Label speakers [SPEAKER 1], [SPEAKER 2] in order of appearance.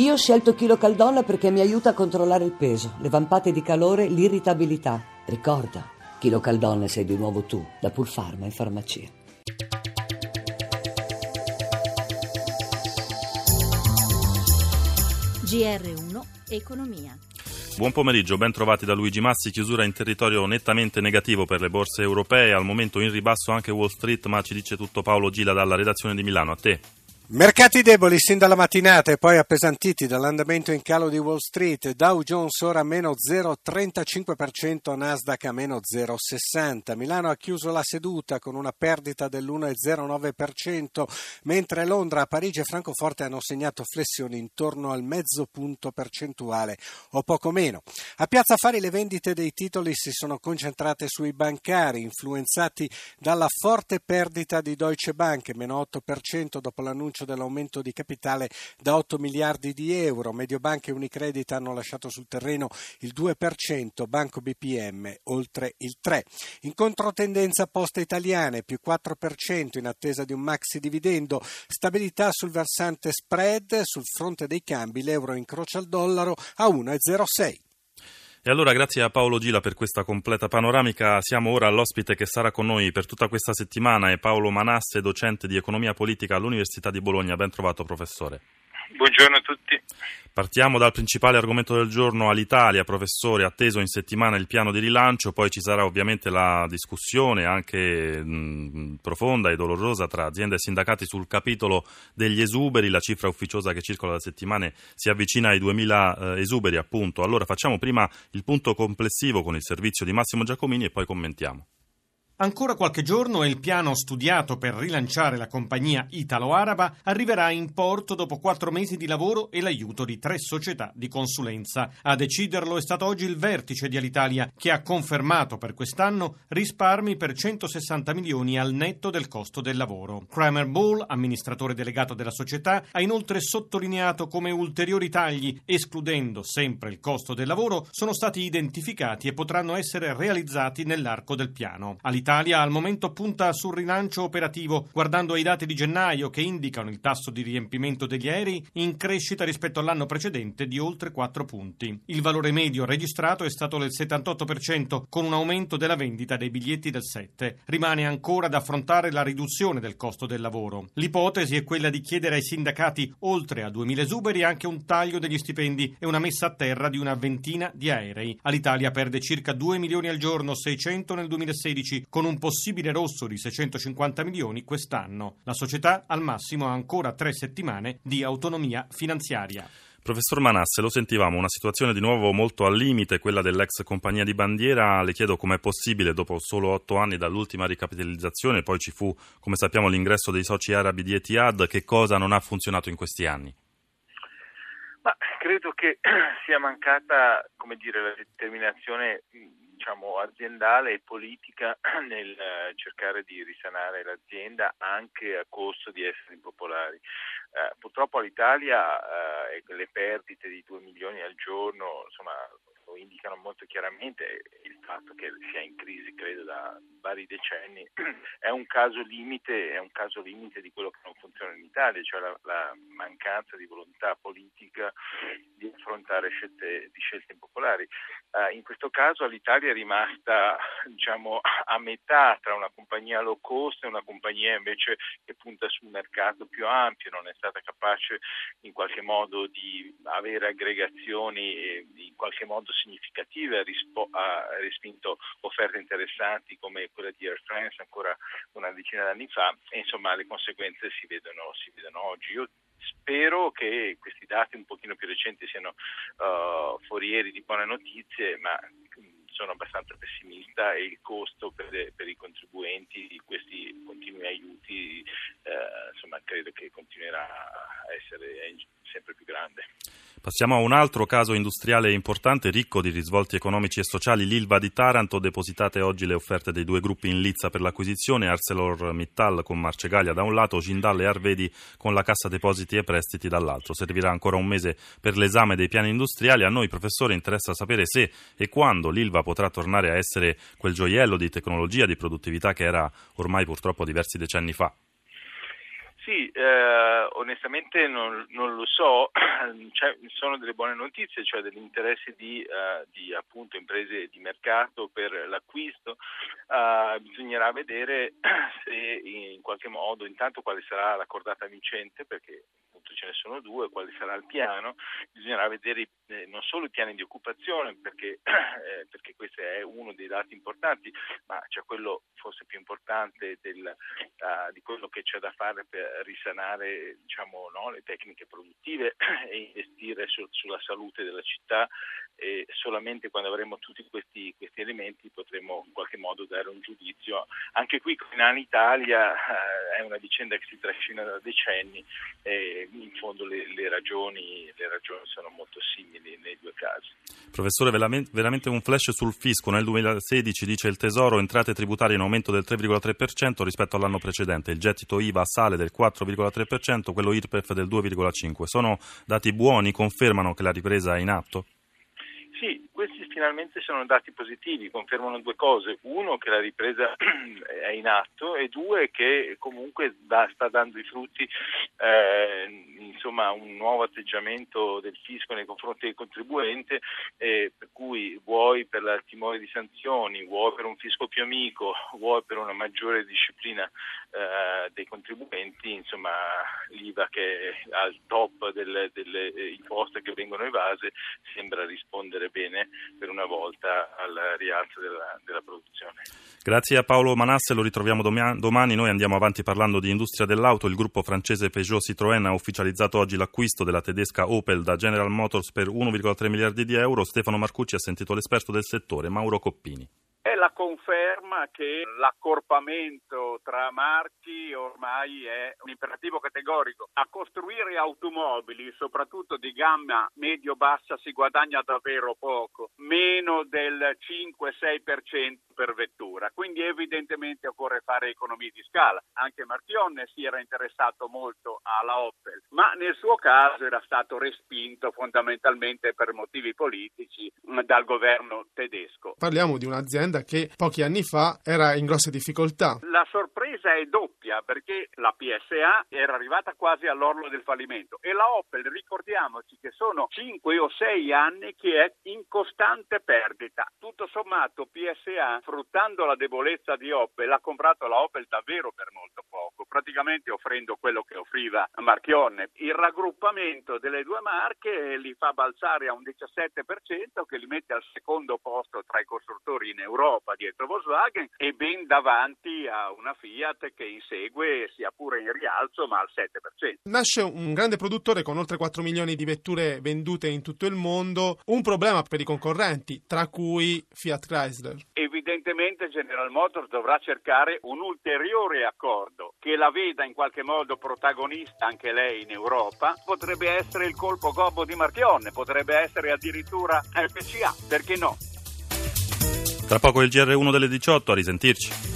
[SPEAKER 1] Io ho scelto KiloCaldon perché mi aiuta a controllare il peso, le vampate di calore, l'irritabilità. Ricorda, KiloCaldon sei di nuovo tu, da Pulpharma in farmacia.
[SPEAKER 2] GR1 Economia.
[SPEAKER 3] Buon pomeriggio, ben trovati da Luigi Massi. Chiusura in territorio nettamente negativo per le borse europee, al momento in ribasso anche Wall Street, ma ci dice tutto Paolo Gila dalla redazione di Milano. A te.
[SPEAKER 4] Mercati deboli sin dalla mattinata e poi appesantiti dall'andamento in calo di Wall Street. Dow Jones ora a meno 0,35%, Nasdaq a meno 0,60%. Milano ha chiuso la seduta con una perdita dell'1,09%, mentre Londra, Parigi e Francoforte hanno segnato flessioni intorno al mezzo punto percentuale o poco meno. A Piazza Affari le vendite dei titoli si sono concentrate sui bancari, influenzati dalla forte perdita di Deutsche Bank, meno 8% dopo l'annuncio dell'aumento di capitale da 8 miliardi di euro. Mediobanca e Unicredit hanno lasciato sul terreno il 2%, Banco BPM oltre il 3%. In controtendenza Poste Italiane più 4% in attesa di un maxi dividendo, stabilità sul versante spread, sul fronte dei cambi l'euro incrocia il dollaro a 1,06.
[SPEAKER 3] E allora grazie a Paolo Gila per questa completa panoramica. Siamo ora all'ospite che sarà con noi per tutta questa settimana, è Paolo Manasse, docente di economia politica all'Università di Bologna. Ben trovato, professore.
[SPEAKER 5] Buongiorno a tutti.
[SPEAKER 3] Partiamo dal principale argomento del giorno, all'Italia, professore, atteso in settimana il piano di rilancio, poi ci sarà ovviamente la discussione anche profonda e dolorosa tra aziende e sindacati sul capitolo degli esuberi, la cifra ufficiosa che circola da settimane si avvicina ai 2000 esuberi appunto. Allora facciamo prima il punto complessivo con il servizio di Massimo Giacomini e poi commentiamo.
[SPEAKER 6] Ancora qualche giorno e il piano studiato per rilanciare la compagnia italo-araba arriverà in porto dopo 4 mesi di lavoro e l'aiuto di 3 società di consulenza. A deciderlo è stato oggi il vertice di Alitalia, che ha confermato per quest'anno risparmi per 160 milioni al netto del costo del lavoro. Kramer Ball, amministratore delegato della società, ha inoltre sottolineato come ulteriori tagli, escludendo sempre il costo del lavoro, sono stati identificati e potranno essere realizzati nell'arco del piano. L'Italia al momento punta sul rilancio operativo, guardando ai dati di gennaio che indicano il tasso di riempimento degli aerei in crescita rispetto all'anno precedente di oltre 4 punti. Il valore medio registrato è stato del 78%, con un aumento della vendita dei biglietti del 7%. Rimane ancora da affrontare la riduzione del costo del lavoro. L'ipotesi è quella di chiedere ai sindacati, oltre a 2.000 esuberi, anche un taglio degli stipendi e una messa a terra di una ventina di aerei. L'Italia perde circa 2 milioni al giorno, 600 nel 2016, con un possibile rosso di 650 milioni quest'anno. La società al massimo ha ancora 3 settimane di autonomia finanziaria.
[SPEAKER 3] Professor Manasse, lo sentivamo, una situazione di nuovo molto al limite, quella dell'ex compagnia di bandiera. Le chiedo com'è possibile, dopo solo 8 anni dall'ultima ricapitalizzazione, poi ci fu, come sappiamo, l'ingresso dei soci arabi di Etihad, che cosa non ha funzionato in questi anni?
[SPEAKER 5] Ma credo che sia mancata, la determinazione aziendale e politica nel cercare di risanare l'azienda anche a costo di essere impopolari. Purtroppo all'Italia le perdite di 2 milioni al giorno lo indicano molto chiaramente. Il fatto che sia in crisi, credo, da vari decenni è un caso limite di quello che non funziona in Italia, cioè la mancanza di volontà politica di affrontare scelte impopolari. In questo caso l'Italia è rimasta a metà tra una compagnia low cost e una compagnia invece che punta sul mercato più ampio, non è stata capace in qualche modo di avere aggregazioni in qualche modo significative, ha respinto offerte interessanti come quella di Air France ancora una decina d'anni fa e le conseguenze si vedono oggi. Io spero che questi dati un pochino più recenti siano forieri di buone notizie, ma sono abbastanza pessimista e il costo per i contribuenti di questi continui aiuti credo che continuerà a essere sempre più grande.
[SPEAKER 3] Passiamo a un altro caso industriale importante, ricco di risvolti economici e sociali, l'Ilva di Taranto. Depositate oggi le offerte dei 2 gruppi in lizza per l'acquisizione, ArcelorMittal con Marcegaglia da un lato, Jindal e Arvedi con la Cassa Depositi e Prestiti dall'altro. Servirà ancora un mese per l'esame dei piani industriali. A noi, professore, interessa sapere se e quando l'Ilva potrà tornare a essere quel gioiello di tecnologia, di produttività che era ormai purtroppo diversi decenni fa.
[SPEAKER 5] Sì, onestamente non lo so, sono delle buone notizie, cioè degli interessi di appunto imprese di mercato per l'acquisto. Bisognerà vedere se in qualche modo, intanto quale sarà la cordata vincente, perché appunto ce ne sono due, quale sarà il piano. Bisognerà vedere non solo i piani di occupazione, perché questo è uno dei dati importanti, ma c'è quello forse più importante di quello che c'è da fare per risanare, le tecniche produttive e investire sulla salute della città, e solamente quando avremo tutti questi elementi potremo in qualche modo dare un giudizio. Anche qui in Italia è una vicenda che si trascina da decenni e in fondo le ragioni sono molto simili nei due casi.
[SPEAKER 3] Professore, veramente un flash sul fisco. Nel 2016, dice il Tesoro, entrate tributarie in aumento del 3,3% rispetto all'anno precedente. Il gettito IVA sale del 4,3%, quello IRPEF del 2,5%. Sono dati buoni? Confermano che la ripresa è in atto?
[SPEAKER 5] Sì, questi finalmente sono dati positivi, confermano due cose: uno, che la ripresa è in atto, e due, che comunque sta dando i frutti, un nuovo atteggiamento del fisco nei confronti del contribuente, per cui vuoi per il timore di sanzioni, vuoi per un fisco più amico, vuoi per una maggiore disciplina dei contribuenti, l'IVA che è al top delle imposte che vengono evase sembra rispondere bene per una volta al rialzo della produzione.
[SPEAKER 3] Grazie a Paolo Manasse, lo ritroviamo domani. Noi andiamo avanti parlando di industria dell'auto. Il gruppo francese Peugeot Citroën ha ufficializzato oggi l'acquisto della tedesca Opel da General Motors per 1,3 miliardi di euro. Stefano Marcucci ha sentito l'esperto del settore, Mauro Coppini.
[SPEAKER 7] È la conferma che l'accorpamento tra marchi ormai è un imperativo categorico. A costruire automobili, soprattutto di gamma medio-bassa, si guadagna davvero poco, meno del 5-6% per vettura. Quindi evidentemente occorre fare economie di scala. Anche Marchionne si era interessato molto alla Opel, ma nel suo caso era stato respinto fondamentalmente per motivi politici dal governo tedesco.
[SPEAKER 8] Parliamo di un'azienda che pochi anni fa era in grosse difficoltà.
[SPEAKER 7] La sorpresa è doppia, perché la PSA era arrivata quasi all'orlo del fallimento e la Opel, ricordiamoci che sono 5 o 6 anni che è in costante perdita. Tutto sommato PSA, sfruttando la debolezza di Opel, ha comprato la Opel davvero per molto poco, praticamente offrendo quello che offriva Marchionne. Il raggruppamento delle due marche li fa balzare a un 17%, che li mette al secondo posto tra i costruttori in Europa dietro Volkswagen e ben davanti a una Fiat che insegue, sia pure in rialzo, ma al 7%.
[SPEAKER 8] Nasce un grande produttore con oltre 4 milioni di vetture vendute in tutto il mondo, un problema per i concorrenti, tra cui Fiat Chrysler.
[SPEAKER 7] Evidentemente General Motors dovrà cercare un ulteriore accordo che la veda in qualche modo protagonista anche lei in Europa. Potrebbe essere il colpo gobbo di Marchionne, potrebbe essere addirittura FCA, perché no?
[SPEAKER 3] Tra poco il GR1 delle 18, a risentirci.